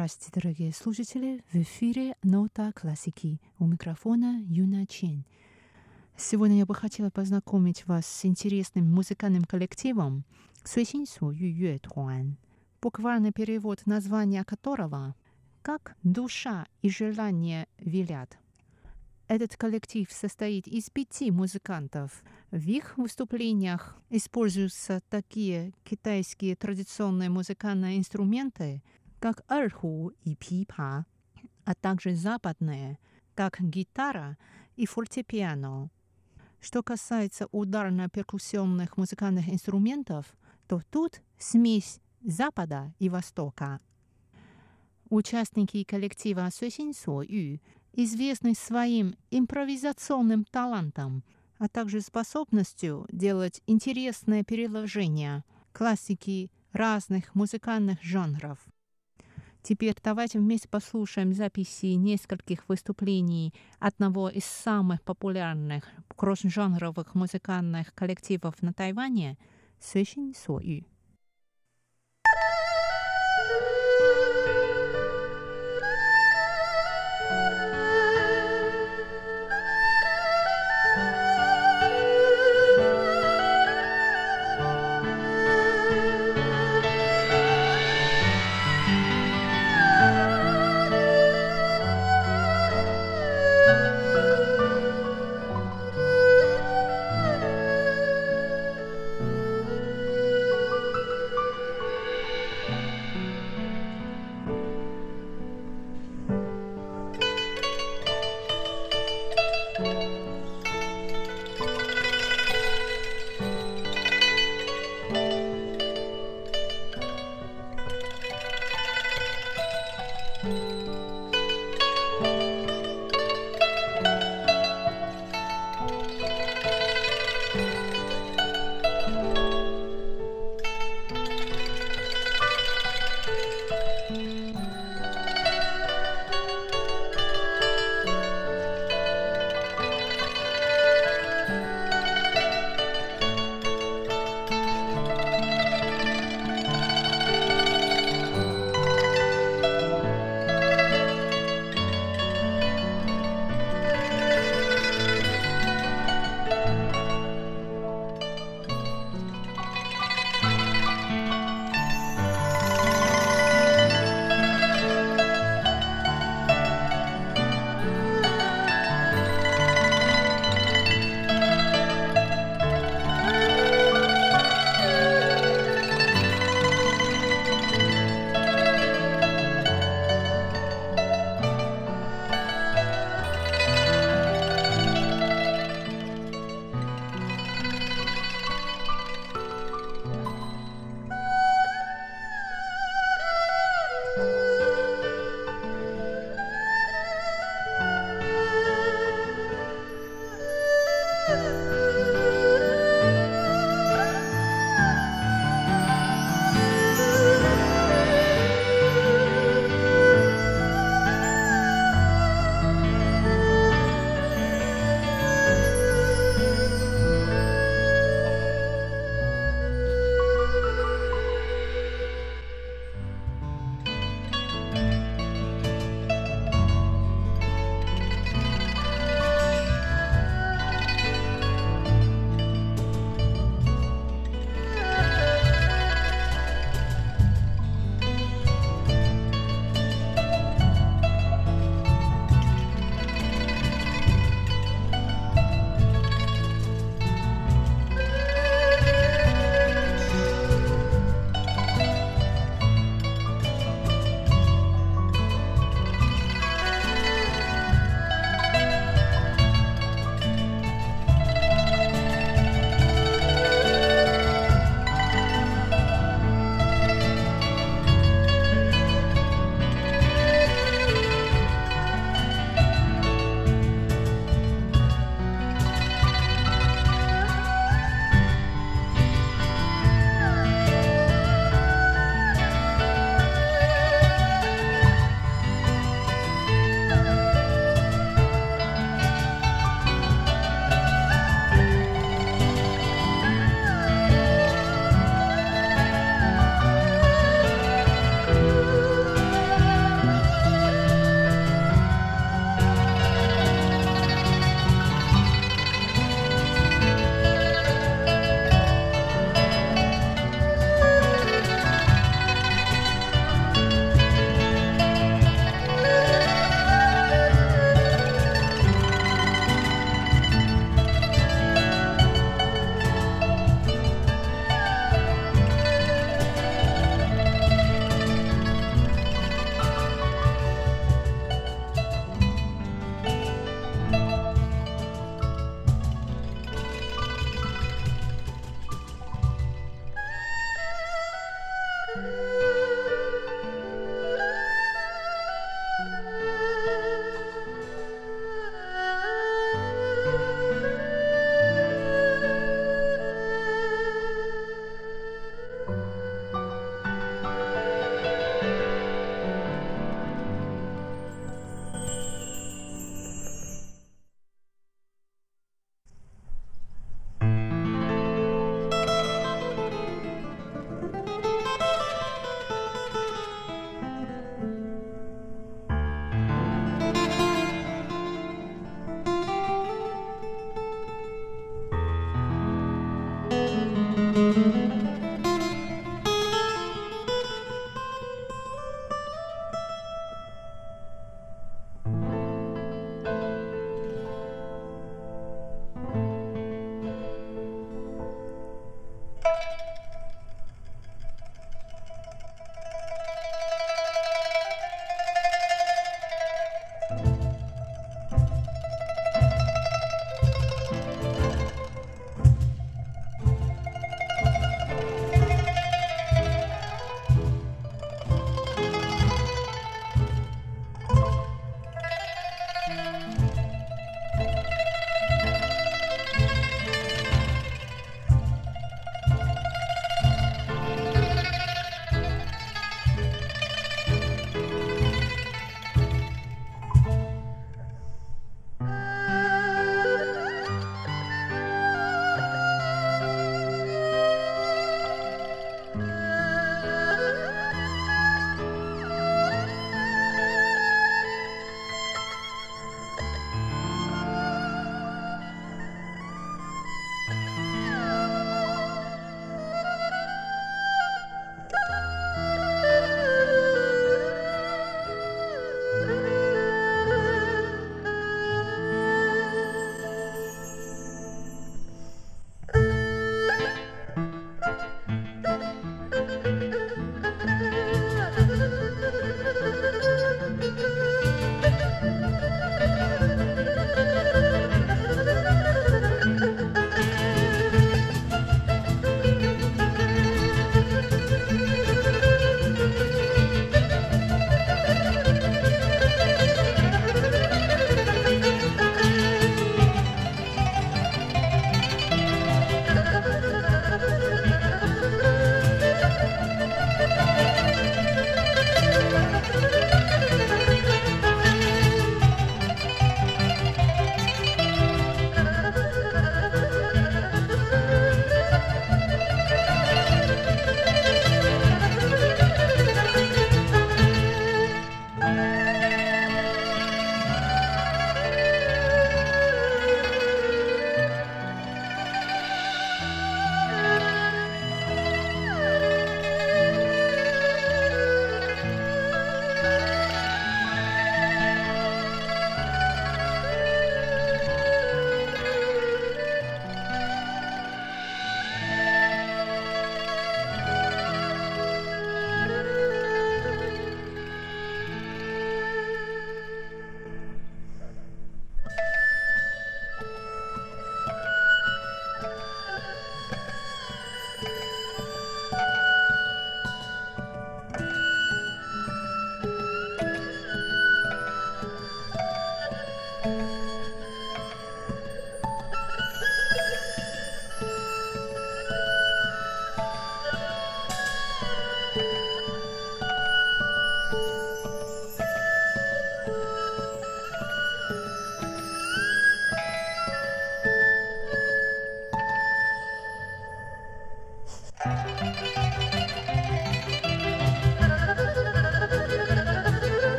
Здравствуйте, дорогие слушатели! В эфире «Нота классики». У микрофона Юна Чен. Сегодня я бы хотела познакомить вас с интересным музыкальным коллективом «Суйсинсу Ююэ Туан», буквальный перевод названия которого «Как душа и желание велят». Этот коллектив состоит из 5 музыкантов. В их выступлениях используются такие китайские традиционные музыкальные инструменты, как эрху и пипа, а также западные, как гитара и фортепиано. Что касается ударно-перкуссионных музыкальных инструментов, то тут смесь Запада и Востока. Участники коллектива Суйсинсу Ю известны своим импровизационным талантом, а также способностью делать интересные переложения классики разных музыкальных жанров. Теперь давайте вместе послушаем записи нескольких выступлений одного из самых популярных кросс-жанровых музыкальных коллективов на Тайване – Суйсинсу Ю.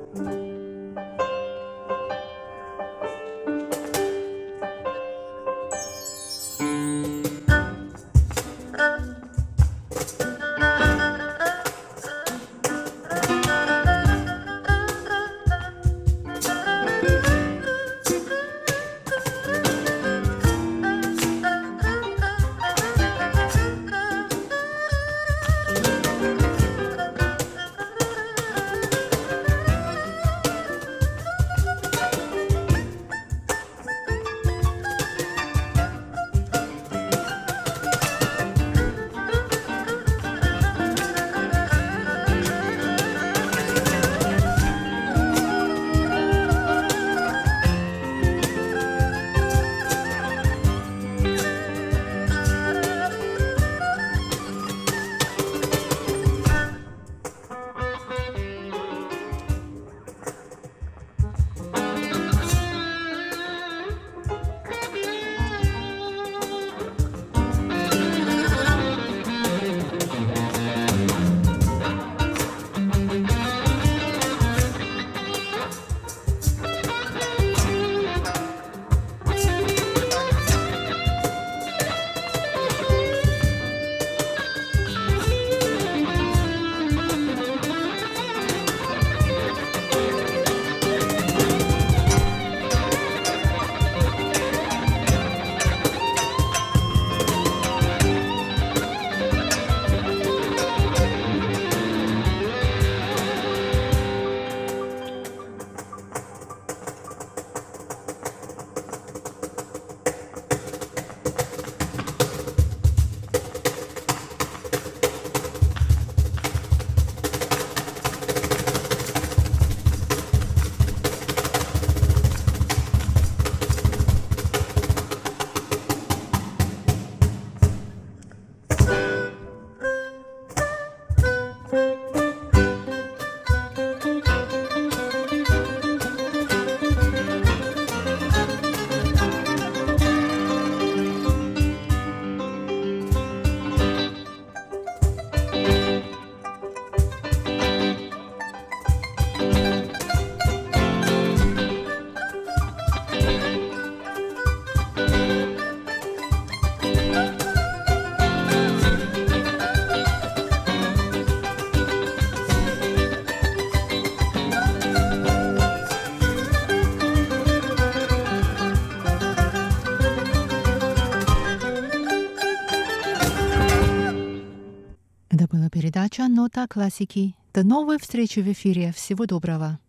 Передача «Нота классики». До новой встречи в эфире. Всего доброго.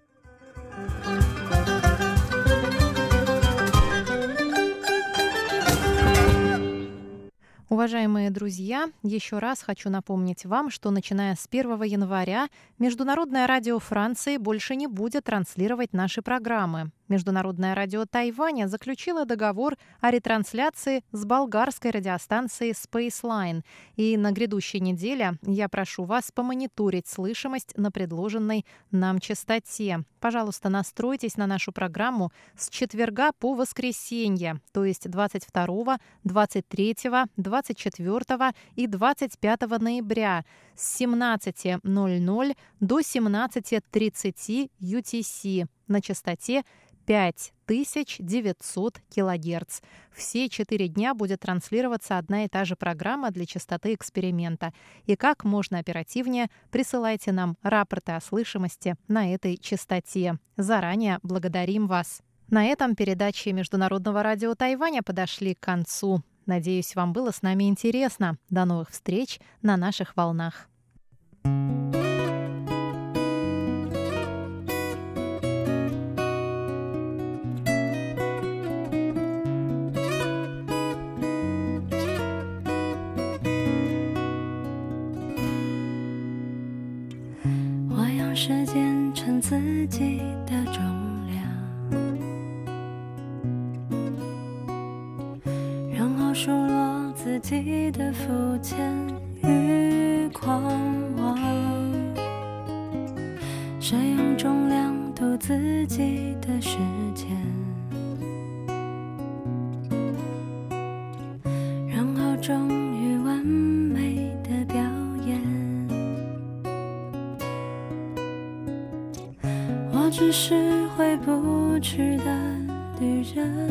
Уважаемые друзья, еще раз хочу напомнить вам, что начиная с 1 января Международное радио Франции больше не будет транслировать наши программы. Международное радио Тайваня заключило договор о ретрансляции с болгарской радиостанцией Spaceline. И на грядущей неделе я прошу вас помониторить слышимость на предложенной нам частоте. Пожалуйста, настройтесь на нашу программу с четверга по воскресенье, то есть 22, 23, 24 и 25 ноября с 17:00 до 17:30 UTC на частоте 5900 кГц. Все 4 дня будет транслироваться одна и та же программа для частоты эксперимента. И как можно оперативнее присылайте нам рапорты о слышимости на этой частоте. Заранее благодарим вас. На этом передачи Международного радио Тайваня подошли к концу. Надеюсь, вам было с нами интересно. До новых встреч на наших волнах. 时间称自己的重量，然后数落自己的肤浅与狂妄。谁用重量度自己的时间，然后忠于完美的表演。 我只是回不去的旅人，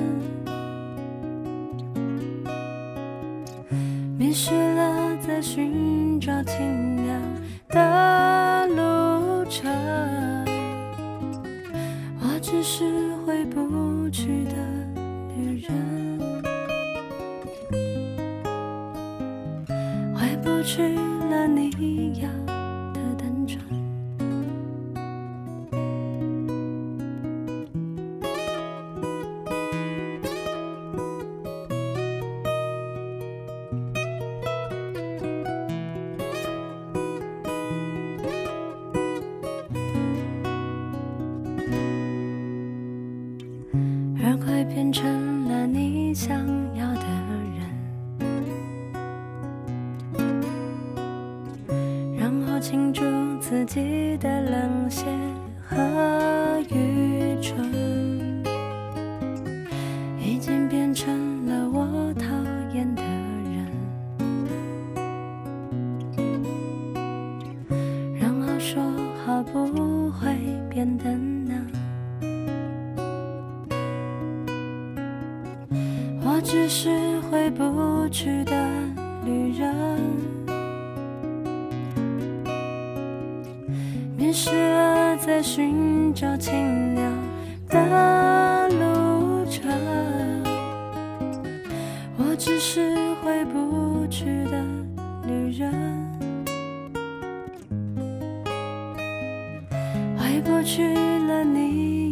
迷失了在寻找清凉的路程，我只是回不去的旅人，回不去了你要的单纯。而快变成了你想要的人，然后庆祝自己的冷血和愚蠢，已经变成了我讨厌的人，然后说好不会变得呢，我只是回不去的旅人，迷失了在寻找清凉的路程，我只是回不去的旅人，回不去了你